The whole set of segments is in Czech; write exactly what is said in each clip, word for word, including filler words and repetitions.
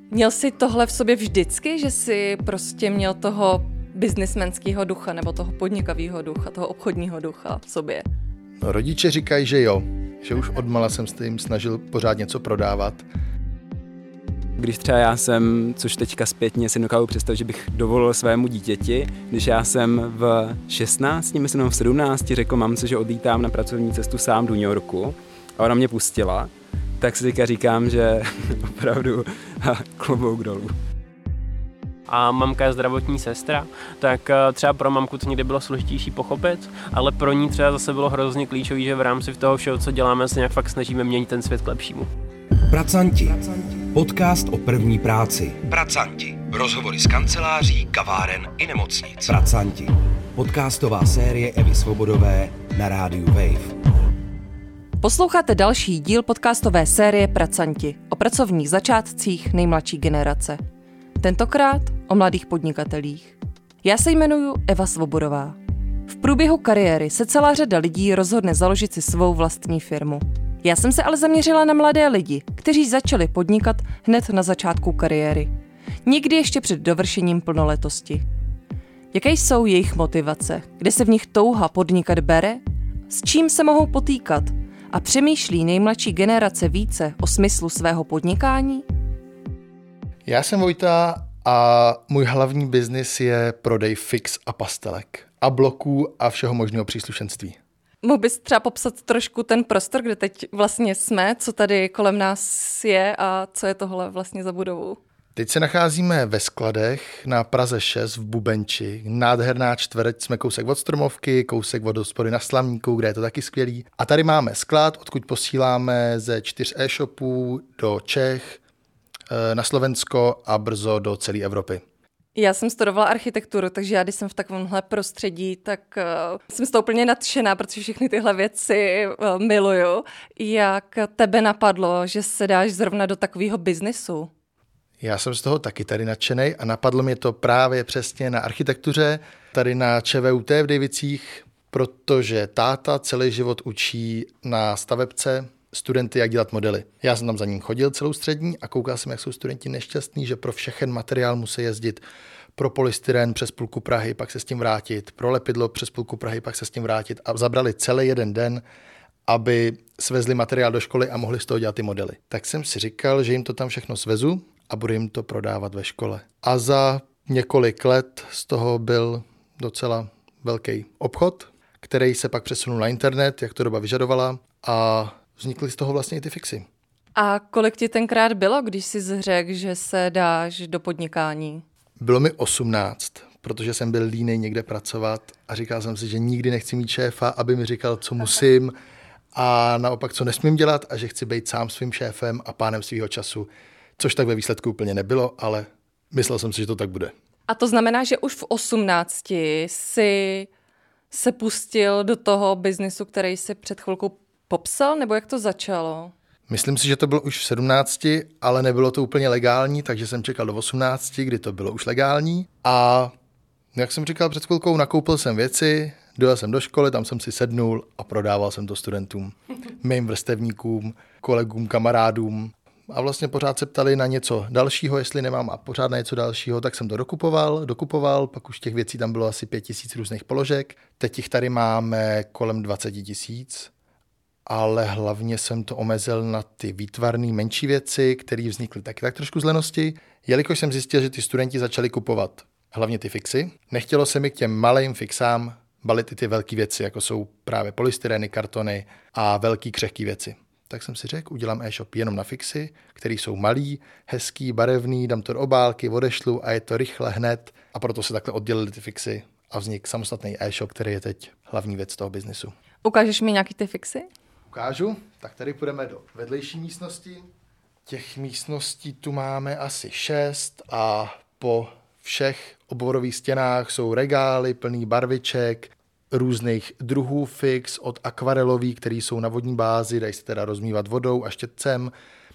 Měl jsi tohle v sobě vždycky, že jsi prostě měl toho biznismenského ducha nebo toho podnikavého ducha, toho obchodního ducha v sobě? No, rodiče říkají, že jo, že už odmala jsem se jim snažil pořád něco prodávat. Když třeba já jsem, což teďka zpětně si dokážu představit, že bych dovolil svému dítěti, když já jsem v šestnácti, myslím v sedmnácti, řekl mamce, že odlítám na pracovní cestu sám do New Yorku a ona mě pustila, tak si teďka říkám, že opravdu klobouk dolů. A mamka je zdravotní sestra, tak třeba pro mamku to někdy bylo složitější pochopit, ale pro ní třeba zase bylo hrozně klíčový, že v rámci toho všeho, co děláme, se nějak fakt snažíme měnit ten svět k lepšímu. Pracanti. Podcast o první práci. Pracanti. Rozhovory z kanceláří, kaváren i nemocnic. Pracanti. Podcastová série Evy Svobodové na rádiu Wave. Posloucháte další díl podcastové série Pracanti o pracovních začátcích nejmladší generace. Tentokrát o mladých podnikatelích. Já se jmenuji Eva Svobodová. V průběhu kariéry se celá řada lidí rozhodne založit si svou vlastní firmu. Já jsem se ale zaměřila na mladé lidi, kteří začali podnikat hned na začátku kariéry. Nikdy ještě před dovršením plnoletosti. Jaké jsou jejich motivace? Kde se v nich touha podnikat bere? S čím se mohou potýkat? A přemýšlí nejmladší generace více o smyslu svého podnikání? Já jsem Vojta a můj hlavní biznis je prodej fix a pastelek. A bloků a všeho možného příslušenství. Mohl bys třeba popsat trošku ten prostor, kde teď vlastně jsme, co tady kolem nás je a co je tohle vlastně za budovu? Teď se nacházíme ve skladech na Praze šest v Bubenči. Nádherná čtvrť, jsme kousek od Stromovky, kousek od hospody na Slamníku, kde je to taky skvělý. A tady máme sklad, odkud posíláme ze čtyř e-shopů do Čech, na Slovensko a brzo do celé Evropy. Já jsem studovala architekturu, takže já, když jsem v takovémhle prostředí, tak uh, jsem z toho úplně nadšená, protože všechny tyhle věci uh, miluju. Jak tebe napadlo, že se dáš zrovna do takového biznisu? Já jsem z toho taky tady nadšenej a napadlo mě to právě přesně na architektuře, tady na ČVUT v Dejvicích, protože táta celý život učí na stavebce studenty, jak dělat modely. Já jsem tam za ním chodil celou střední a koukal jsem, jak jsou studenti nešťastní, že pro všechen materiál musí jezdit pro polystyren přes půlku Prahy, pak se s tím vrátit, pro lepidlo přes půlku Prahy, pak se s tím vrátit a zabrali celý jeden den, aby svezli materiál do školy a mohli z toho dělat ty modely. Tak jsem si říkal, že jim to tam všechno svezu a budu jim to prodávat ve škole. A za několik let z toho byl docela velký obchod, který se pak přesunul na internet, jak to doba vyžadovala, a vznikly z toho vlastně i ty fixy. A kolik ti tenkrát bylo, když jsi řekl, že se dáš do podnikání? Bylo mi osmnáct, protože jsem byl línej někde pracovat a říkal jsem si, že nikdy nechci mít šéfa, aby mi říkal, co musím a naopak, co nesmím dělat a že chci být sám svým šéfem a pánem svýho času, což tak ve výsledku úplně nebylo, ale myslel jsem si, že to tak bude. A to znamená, že už v osmnácti jsi se pustil do toho biznisu, který jsi před chvilkou popsal, nebo jak to začalo? Myslím si, že to bylo už v sedmnácti, ale nebylo to úplně legální, takže jsem čekal do osmnácti, kdy to bylo už legální. A jak jsem říkal před chvilkou, nakoupil jsem věci, dojel jsem do školy, tam jsem si sednul a prodával jsem to studentům, mým vrstevníkům, kolegům, kamarádům. A vlastně pořád se ptali na něco dalšího, jestli nemám a pořád na něco dalšího, tak jsem to dokupoval, dokupoval, pak už těch věcí tam bylo asi pět tisíc různých položek. Teď jich tady máme kolem dvacet tisíc. Ale hlavně jsem to omezil na ty výtvarné menší věci, které vznikly taky tak trošku z lenosti, jelikož jsem zjistil, že ty studenti začali kupovat hlavně ty fixy. Nechtělo se mi k těm malým fixám balit i ty velké věci, jako jsou právě polystyreny, kartony a velký křehký věci. Tak jsem si řekl, udělám e-shop jenom na fixy, které jsou malý, hezký, barevný, dám to do obálky, odešlu a je to rychle hned. A proto se takhle oddělily ty fixy a vznikl samostatný e-shop, který je teď hlavní věc toho biznisu. Ukážeš mi nějaký ty fixy? Ukážu, tak tady půjdeme do vedlejší místnosti. Těch místností tu máme asi šest a po všech oborových stěnách jsou regály plný barviček, různých druhů fix, od akvarelových, které jsou na vodní bázi, dají se teda rozmývat vodou a štětcem,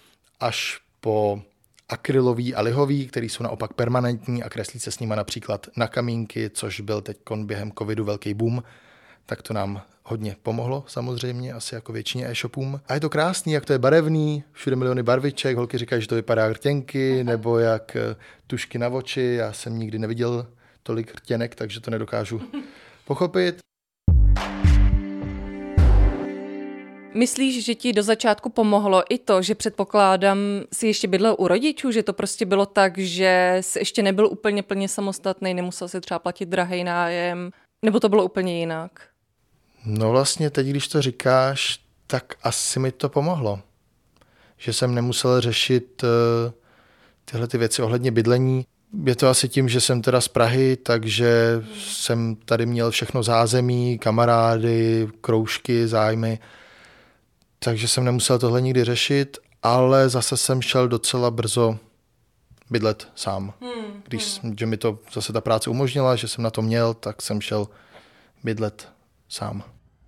až po akrylový a lihový, které jsou naopak permanentní a kreslí se s nima například na kamínky, což byl teď během covidu velký boom, tak to nám hodně pomohlo samozřejmě, asi jako většině e-shopům. A je to krásný, jak to je barevný, všude miliony barviček, holky říkají, že to vypadá jak rtěnky, nebo jak tušky na oči. Já jsem nikdy neviděl tolik rtěnek, takže to nedokážu pochopit. Myslíš, že ti do začátku pomohlo i to, že předpokládám si ještě bydlel u rodičů, že to prostě bylo tak, že jsi ještě nebyl úplně plně samostatný, nemusel si třeba platit drahej nájem, nebo to bylo úplně jinak? No vlastně teď, když to říkáš, tak asi mi to pomohlo. Že jsem nemusel řešit uh, tyhle ty věci ohledně bydlení. Je to asi tím, že jsem teda z Prahy, takže jsem tady měl všechno zázemí, kamarády, kroužky, zájmy. Takže jsem nemusel tohle nikdy řešit, ale zase jsem šel docela brzo bydlet sám. Hmm, Když hmm. že mi to zase ta práce umožnila, že jsem na to měl, tak jsem šel bydlet sám.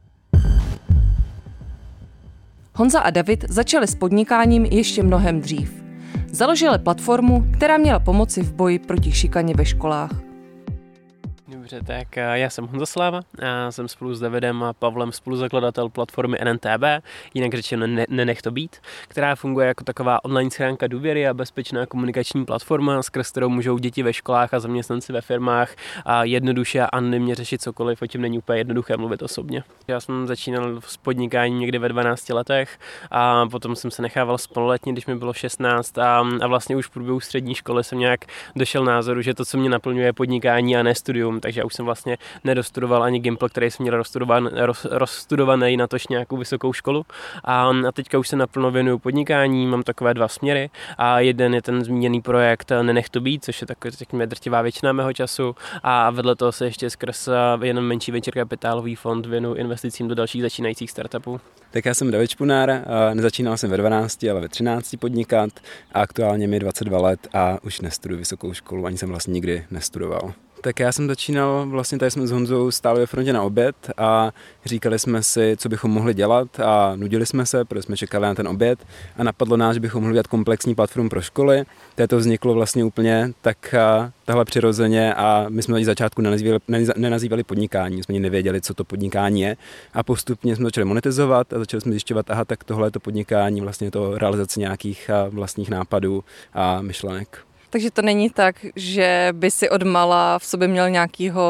Honza a David začali s podnikáním ještě mnohem dřív. Založili platformu, která měla pomoci v boji proti šikaně ve školách. Dobře, tak já jsem Honza Sláva a jsem spolu s Davidem a Pavlem spoluzakladatel platformy N N T B, jinak řečeno ne- Nenech to být, která funguje jako taková online schránka důvěry a bezpečná komunikační platforma, skrz kterou můžou děti ve školách a zaměstnanci ve firmách a jednoduše a anonymně řešit cokoliv, o čem není úplně jednoduché mluvit osobně. Já jsem začínal s podnikáním někdy ve dvanácti letech a potom jsem se nechával spoluletně, když mi bylo šestnáct a, a vlastně už v průběhu střední školy jsem nějak došel názoru, že to, co mě naplňuje, je podnikání a ne studium. Takže já už jsem vlastně nedostudoval ani Gimpl, který jsem měl rozstudovan, roz, rozstudovaný na tož nějakou vysokou školu. A, a teďka už se naplno věnuju podnikání, mám takové dva směry. A jeden je ten zmíněný projekt Nenech to být, což je takový, řekněme, drtivá většina mého času. A vedle toho se ještě skrz jenom menší venture kapitálový fond věnuju investicím do dalších začínajících startupů. Tak já jsem David Špunár, nezačínal jsem ve dvanácti, ale ve třinácti podnikat a aktuálně mi je dvacet dva let a už nestuduji vysokou školu, ani jsem vlastně nikdy nestudoval. Tak já jsem začínal, vlastně tady jsme s Honzou stáli ve frontě na oběd a říkali jsme si, co bychom mohli dělat a nudili jsme se, protože jsme čekali na ten oběd a napadlo nás, že bychom mohli dělat komplexní platformu pro školy. To vzniklo vlastně úplně tak tahle přirozeně a my jsme to začátku nenazývali, nenazývali podnikání, jsme ani nevěděli, co to podnikání je a postupně jsme začali monetizovat a začali jsme zjišťovat, aha, tak tohle je to podnikání, vlastně to realizace nějakých vlastních nápadů a myšlenek. Takže to není tak, že by si odmala v sobě měl nějakého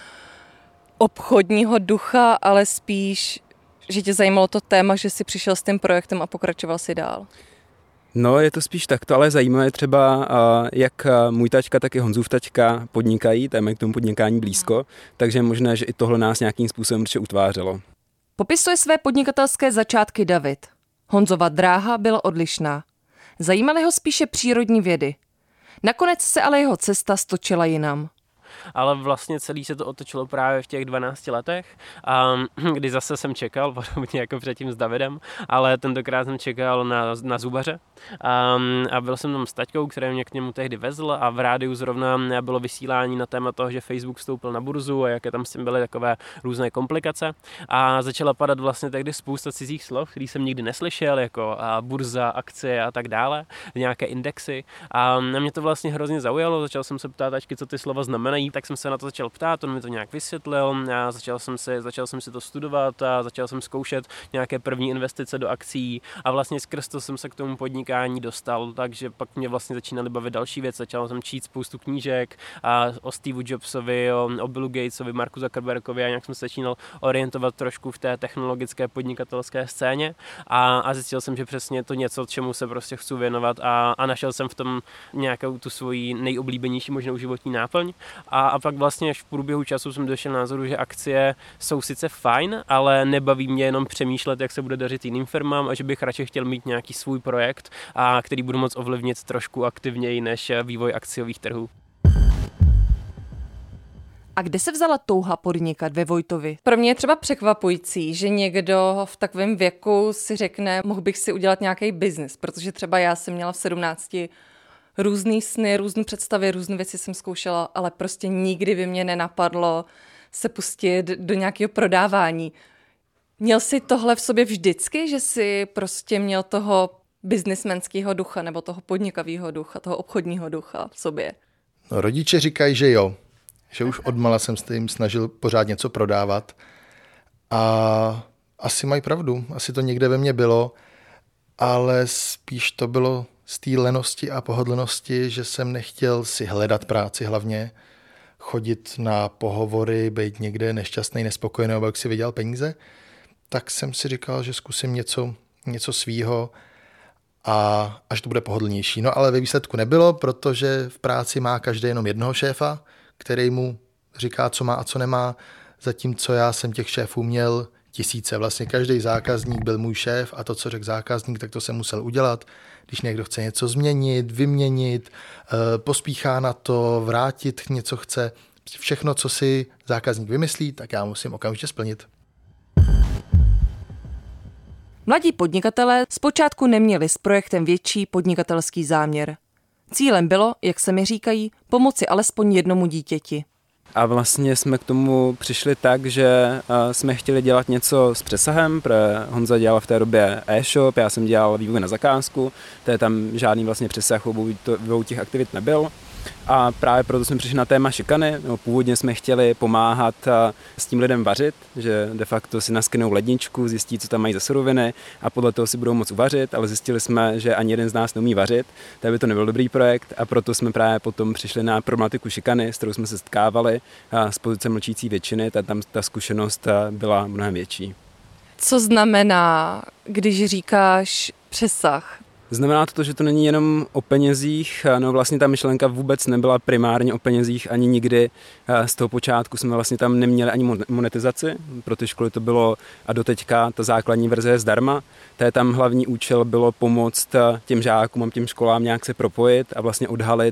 obchodního ducha, ale spíš, že tě zajímalo to téma, že jsi přišel s tím projektem a pokračoval si dál. No, je to spíš takto, ale zajímavé třeba, jak můj taťka, tak i Honzův taťka podnikají, tam je k tomu podnikání blízko, takže je možné, že i tohle nás nějakým způsobem určitě utvářelo. Popisuje své podnikatelské začátky David. Honzova dráha byla odlišná. Zajímaly ho spíše přírodní vědy. Nakonec se ale jeho cesta stočila jinam. Ale vlastně celý se to otočilo právě v těch dvanácti letech, a kdy zase jsem čekal, podobně jako předtím s Davidem, ale tentokrát jsem čekal na, na zubaře a, a byl jsem tam s taťkou, který mě k němu tehdy vezl a v rádiu zrovna bylo vysílání na téma toho, že Facebook vstoupil na burzu a jaké tam s tím byly takové různé komplikace a začala padat vlastně tehdy spousta cizích slov, který jsem nikdy neslyšel, jako a burza, akcie a tak dále, nějaké indexy a mě to vlastně hrozně zaujalo, začal jsem se ptát taťky, co ty slova znamenají, tak jsem se na to začal ptát, on mi to nějak vysvětlil, a začal jsem si, začal jsem si to studovat a začal jsem zkoušet nějaké první investice do akcií a vlastně skrz to jsem se k tomu podnikání dostal, takže pak mě vlastně začínaly bavit další věci, začal jsem číst spoustu knížek a o Steve Jobsovi, o, o Billu Gatesovi, Marku Zuckerbergovi a nějak jsem se začínal orientovat trošku v té technologické podnikatelské scéně a, a zjistil jsem, že přesně to něco, čemu se prostě chci věnovat a, a našel jsem v tom nějakou tu svoji nejoblíbenější možnou životní náplň a, a pak vlastně až v průběhu času jsem došel názoru, že akcie jsou sice fajn, ale nebaví mě jenom přemýšlet, jak se bude dařit jiným firmám a že bych radši chtěl mít nějaký svůj projekt, a který budu moct ovlivnit trošku aktivněji než vývoj akciových trhů. A kde se vzala touha podnikat ve Vojtovi? Pro mě je třeba překvapující, že někdo v takovém věku si řekne, mohl bych si udělat nějaký biznis, protože třeba já jsem měla v sedmnácti různý sny, různé představy, různé věci jsem zkoušela, ale prostě nikdy by mě nenapadlo se pustit do nějakého prodávání. Měl jsi tohle v sobě vždycky, že jsi prostě měl toho biznismenského ducha nebo toho podnikavého ducha, toho obchodního ducha v sobě? No, rodiče říkají, že jo, že už odmala jsem s tím snažil pořád něco prodávat A asi mají pravdu, asi to někde ve mně bylo, ale spíš to bylo z té lenosti a pohodlnosti, že jsem nechtěl si hledat práci hlavně, chodit na pohovory, být někde nešťastný, nespokojený, abych si vydělal peníze, tak jsem si říkal, že zkusím něco, něco svýho a až to bude pohodlnější. No ale ve výsledku nebylo, protože v práci má každý jenom jednoho šéfa, který mu říká, co má a co nemá, zatímco já jsem těch šéfů měl tisíce. Vlastně každý zákazník byl můj šéf a to, co řekl zákazník, tak to jsem musel udělat. Když někdo chce něco změnit, vyměnit, pospíchá na to, vrátit něco chce, všechno, co si zákazník vymyslí, tak já musím okamžitě splnit. Mladí podnikatelé zpočátku neměli s projektem větší podnikatelský záměr. Cílem bylo, jak se mi říkají, pomoci alespoň jednomu dítěti. A vlastně jsme k tomu přišli tak, že jsme chtěli dělat něco s přesahem, protože Honza dělal v té době e-shop, já jsem dělal vývoj na zakázku, to je tam žádný vlastně přesah, obou těch aktivit nebyl. A právě proto jsme přišli na téma šikany. No, původně jsme chtěli pomáhat s tím lidem vařit, že de facto si naskenou ledničku, zjistí, co tam mají za suroviny a podle toho si budou moct uvařit, ale zjistili jsme, že ani jeden z nás neumí vařit, tak by to nebyl dobrý projekt a proto jsme právě potom přišli na problematiku šikany, s kterou jsme se setkávali z pozice mlčící většiny, ta, tam ta zkušenost byla mnohem větší. Co znamená, když říkáš přesah? Znamená to, to, že to není jenom o penězích, no vlastně ta myšlenka vůbec nebyla primárně o penězích ani nikdy. Z toho počátku jsme vlastně tam neměli ani monetizaci, pro ty školy to bylo a doteďka ta základní verze je zdarma. Té tam hlavní účel bylo pomoct těm žákům a těm školám nějak se propojit a vlastně odhalit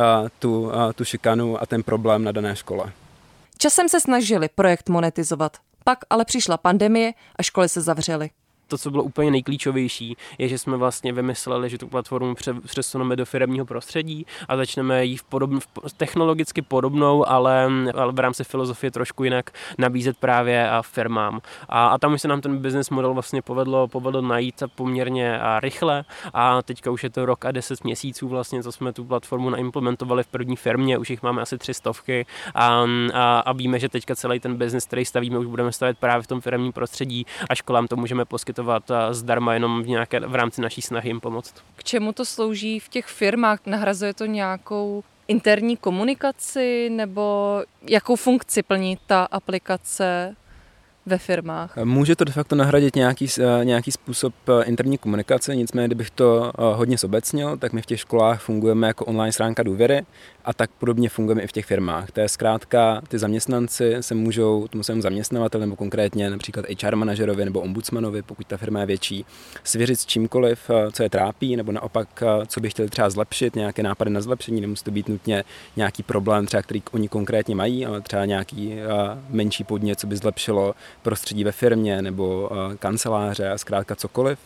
tu, tu šikanu a ten problém na dané škole. Časem se snažili projekt monetizovat, pak ale přišla pandemie a školy se zavřely. To, co bylo úplně nejklíčovější, je, že jsme vlastně vymysleli, že tu platformu přesuneme do firemního prostředí a začneme ji v podobn, v technologicky podobnou, ale, ale v rámci filozofie trošku jinak nabízet právě a firmám. A, a tam už se nám ten business model vlastně povedlo, povedlo najít poměrně a rychle a teďka už je to rok a deset měsíců vlastně, co jsme tu platformu naimplementovali v první firmě, už jich máme asi tři stovky a, a, a víme, že teďka celý ten business, který stavíme, už budeme stavět právě v tom firemním prostředí a školám to můžeme poskytovat zdarma jenom v, nějaké, v rámci naší snahy jim pomoct. K čemu to slouží v těch firmách? Nahrazuje to nějakou interní komunikaci nebo jakou funkci plní ta aplikace ve firmách? Může to de facto nahradit nějaký, nějaký způsob interní komunikace, nicméně kdybych to hodně zobecnil, tak my v těch školách fungujeme jako online stránka důvěry a tak podobně fungujeme i v těch firmách. To je zkrátka, ty zaměstnanci se můžou tomu svému zaměstnavateli nebo konkrétně například H R manažerovi nebo ombudsmanovi, pokud ta firma je větší, svěřit s čímkoliv, co je trápí, nebo naopak, co by chtěli třeba zlepšit, nějaké nápady na zlepšení, nemusí to být nutně nějaký problém, třeba který oni konkrétně mají, ale třeba nějaký menší podnět, co by zlepšilo prostředí ve firmě nebo kanceláře a zkrátka cokoliv.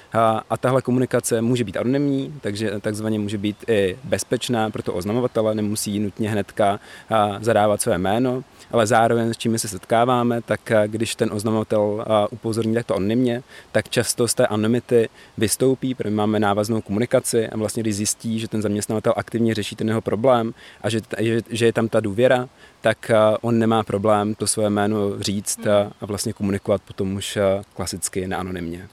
A tahle komunikace může být anonymní, takže takzvaně může být i bezpečná pro to oznamovatele, nemusí nutně hnedka zadávat své jméno, ale zároveň s čím se setkáváme, tak když ten oznamovatel upozorní takto anonymně, tak často z té anonymity vystoupí, protože máme návaznou komunikaci a vlastně když zjistí, že ten zaměstnavatel aktivně řeší ten jeho problém a že, že, že je tam ta důvěra, tak on nemá problém to své jméno říct a vlastně komunikovat potom už klasicky neanonymně.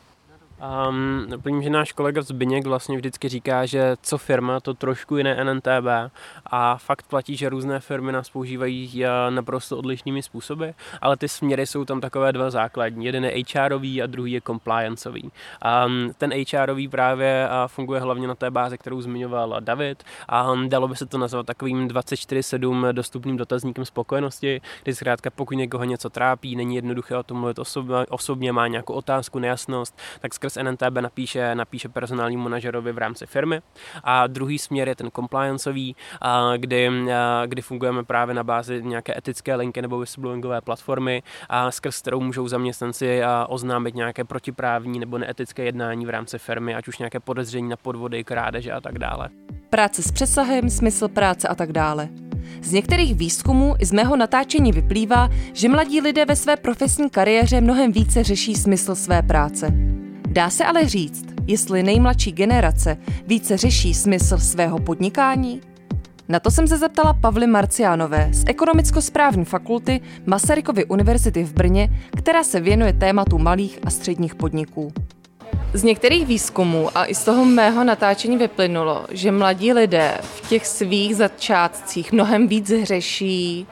Um, Vím, že náš kolega Zbyněk vlastně vždycky říká, že co firma, to trošku jiné N N T B a fakt platí, že různé firmy nás používají naprosto odlišnými způsoby, ale ty směry jsou tam takové dva základní. Jeden je H R-ový a druhý je compliance-ový. Um, ten H R-ový právě funguje hlavně na té bázi, kterou zmiňoval David a dalo by se to nazvat takovým dvacet čtyři sedm dostupným dotazníkem spokojenosti, kdy zkrátka pokud někoho něco trápí, není jednoduché o tom mluvit osobně, osobně má nějakou otázku, nejasnost, tak skrz N N T B napíše, napíše personálnímu manažerovi v rámci firmy. A druhý směr je ten complianceový, kdy, kdy fungujeme právě na bázi nějaké etické linky nebo whistleblowingové platformy, a skrz kterou můžou zaměstnanci oznámit nějaké protiprávní nebo neetické jednání v rámci firmy, ať už nějaké podezření na podvody, krádeže a tak dále. Práce s přesahem, smysl práce a tak dále. Z některých výzkumů i z mého natáčení vyplývá, že mladí lidé ve své profesní kariéře mnohem více řeší smysl své práce. Dá se ale říct, jestli nejmladší generace více řeší smysl svého podnikání? Na to jsem se zeptala Pavly Marciánové z Ekonomicko-správní fakulty Masarykovy univerzity v Brně, která se věnuje tématu malých a středních podniků. Z některých výzkumů a i z toho mého natáčení vyplynulo, že mladí lidé v těch svých začátcích mnohem víc řeší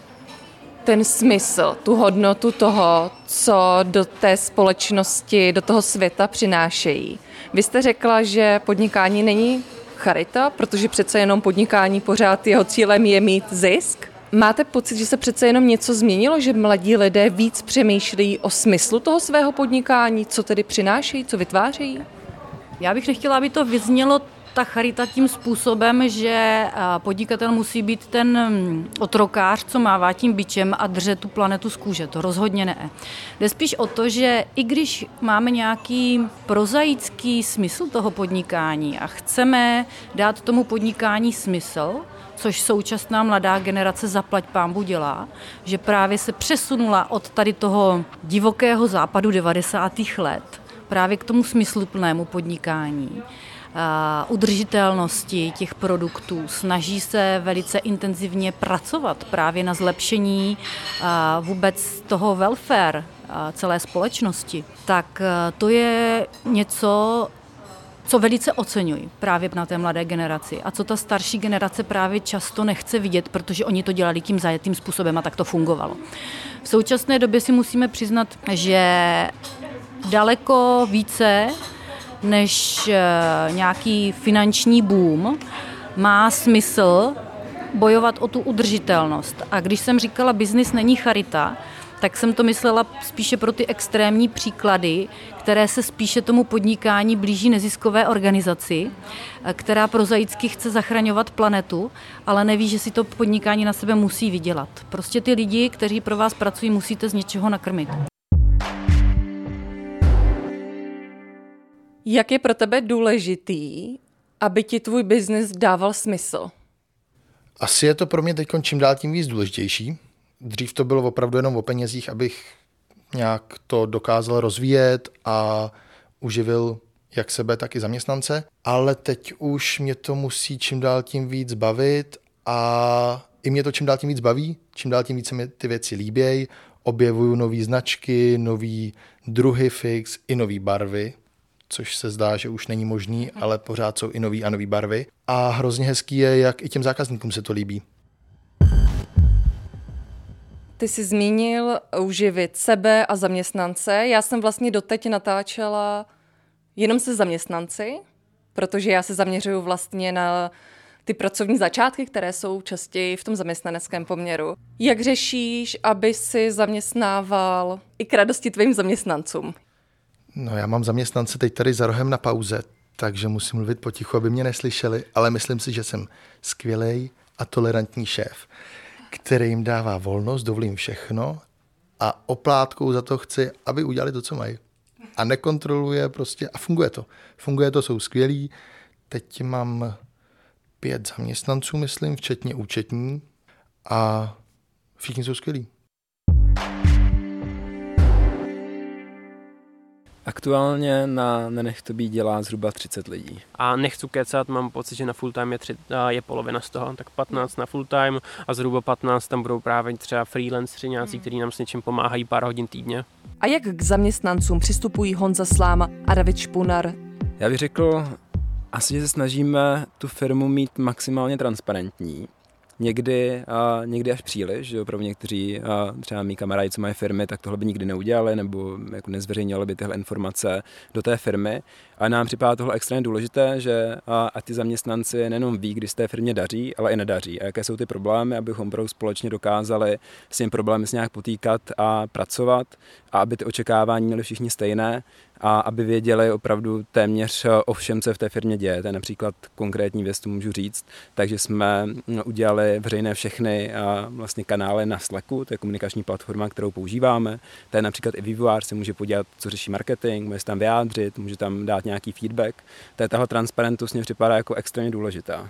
ten smysl, tu hodnotu toho, co do té společnosti, do toho světa přinášejí. Vy jste řekla, že podnikání není charita, protože přece jenom podnikání pořád jeho cílem je mít zisk. Máte pocit, že se přece jenom něco změnilo, že mladí lidé víc přemýšlejí o smyslu toho svého podnikání, co tedy přinášejí, co vytvářejí? Já bych nechtěla, aby to vyznělo ta charita tím způsobem, že podnikatel musí být ten otrokář, co mává tím bičem a dře tu planetu z kůže. To rozhodně ne. Jde spíš o to, že i když máme nějaký prozaický smysl toho podnikání a chceme dát tomu podnikání smysl, což současná mladá generace zaplať pánbu dělá, že právě se přesunula od tady toho divokého západu devadesátých let právě k tomu smysluplnému podnikání, udržitelnosti těch produktů, snaží se velice intenzivně pracovat právě na zlepšení vůbec toho welfare celé společnosti, tak to je něco, co velice oceňuji právě na té mladé generaci a co ta starší generace právě často nechce vidět, protože oni to dělali tím zajetým způsobem a tak to fungovalo. V současné době si musíme přiznat, že daleko více než nějaký finanční boom má smysl bojovat o tu udržitelnost. A když jsem říkala, biznis není charita, tak jsem to myslela spíše pro ty extrémní příklady, které se spíše tomu podnikání blíží neziskové organizaci, která prozaicky chce zachraňovat planetu, ale neví, že si to podnikání na sebe musí vydělat. Prostě ty lidi, kteří pro vás pracují, musíte z něčeho nakrmit. Jak je pro tebe důležitý, aby ti tvůj biznis dával smysl? Asi je to pro mě teď čím dál tím víc důležitější. Dřív to bylo opravdu jenom o penězích, abych nějak to dokázal rozvíjet a uživil jak sebe, tak i zaměstnance. Ale teď už mě to musí čím dál tím víc bavit a i mě to čím dál tím víc baví, čím dál tím víc se mi ty věci líbějí. Objevuju nové značky, nový druhy fix i nové barvy, což se zdá, že už není možný, ale pořád jsou i nový a nový barvy. A hrozně hezký je, jak i těm zákazníkům se to líbí. Ty jsi zmínil uživit sebe a zaměstnance. Já jsem vlastně doteď natáčela jenom se zaměstnanci, protože já se zaměřuju vlastně na ty pracovní začátky, které jsou častěji v tom zaměstnaneckém poměru. Jak řešíš, aby si zaměstnával i k radosti tvým zaměstnancům? No, já mám zaměstnance teď tady za rohem na pauze, takže musím mluvit potichu, aby mě neslyšeli, ale myslím si, že jsem skvělej a tolerantní šéf, který jim dává volnost, dovolím všechno a oplátkou za to chci, aby udělali to, co mají. A nekontroluje prostě a funguje to. Funguje to, jsou skvělí. Teď mám pět zaměstnanců, myslím, včetně účetní a všichni jsou skvělí. Aktuálně na Nenech to být dělá zhruba třicet lidí. A nechci kecat, mám pocit, že na full time je, tři, je polovina z toho, tak patnáct na full time a zhruba patnáct tam budou právě třeba freelanceri nějací, kteří nám s něčím pomáhají pár hodin týdně. A jak k zaměstnancům přistupují Honza Sláma a David Špunar? Já bych řekl, asi, že se snažíme tu firmu mít maximálně transparentní. Někdy, a někdy až příliš, že opravdu někteří a třeba mý kamarádi, co mají firmy, tak tohle by nikdy neudělali nebo jako nezveřejňovali by tyhle informace do té firmy. A nám připadá tohle extrémně důležité, že a, a ty zaměstnanci nejenom ví, kdy se té firmě daří, ale i nedaří. A jaké jsou ty problémy, abychom opravdu společně dokázali s těmi problémy se nějak potýkat a pracovat a aby ty očekávání měli všichni stejné a aby věděli opravdu téměř o všem, co v té firmě děje. To je například konkrétní věc, to můžu říct. Takže jsme udělali veřejné všechny vlastně kanály na Slacku, to je komunikační platforma, kterou používáme. To je například i vývojář se může podívat, co řeší marketing, může se tam vyjádřit, může tam dát nějaký feedback. To je tahle transparentnost mě připadá jako extrémně důležitá.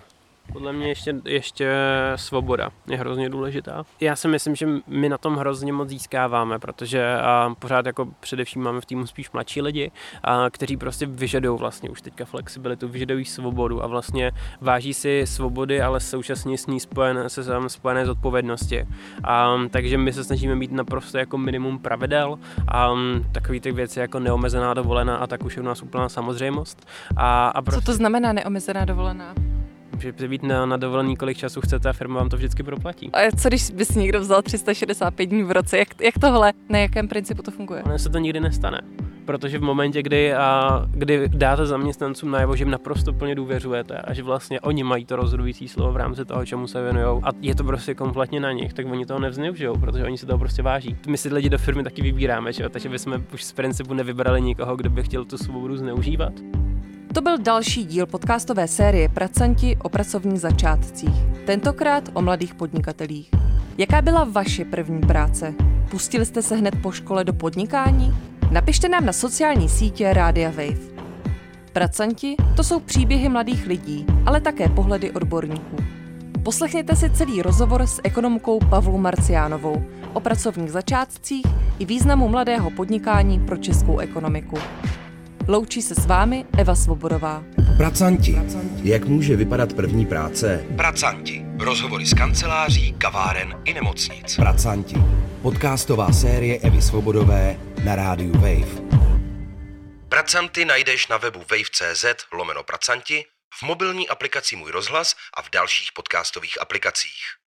Podle mě ještě, ještě svoboda je hrozně důležitá. Já si myslím, že my na tom hrozně moc získáváme, protože a pořád jako především máme v týmu spíš mladší lidi, a, kteří prostě vyžadují vlastně už teďka flexibilitu, vyžadují svobodu a vlastně váží si svobody, ale současně s ní spojené, se spojené zodpovědnosti. A, takže my se snažíme mít naprosto jako minimum pravidel a takový ty věci jako neomezená dovolená a tak už je u nás úplná samozřejmost. A, a prostě... Co to znamená neomezená dovolená? Můžete být na, na dovolený, kolik času chcete a firma vám to vždycky proplatí. A co když bys někdo vzal tři sta šedesát pět dní v roce? Jak, jak tohle? Na jakém principu to funguje? Ono se to nikdy nestane. Protože v momentě, kdy, a, kdy dáte zaměstnancům najevo, že jim naprosto plně důvěřujete a že vlastně oni mají to rozhodující slovo v rámci toho, čemu se věnujou a je to prostě kompletně na nich, tak oni toho nevzneužijou, protože oni se toho prostě váží. My si lidi do firmy taky vybíráme, že? Takže bychom už z principu nevybrali nikoho, kdo by chtěl tu svobodu zneužívat. To byl další díl podcastové série Pracanti o pracovních začátcích. Tentokrát o mladých podnikatelích. Jaká byla vaše první práce? Pustili jste se hned po škole do podnikání? Napište nám na sociální sítě Rádia Wave. Pracanti, to jsou příběhy mladých lidí, ale také pohledy odborníků. Poslechněte si celý rozhovor s ekonomkou Pavlou Marciánovou o pracovních začátcích i významu mladého podnikání pro českou ekonomiku. Loučí se s vámi Eva Svobodová. Pracanti. Jak může vypadat první práce? Pracanti. Rozhovory z kanceláří, kaváren i nemocnic. Pracanti. Podcastová série Evy Svobodové na rádiu Wave. Pracanti najdeš na webu wave.cz lomeno pracanti, v mobilní aplikaci Můj rozhlas a v dalších podcastových aplikacích.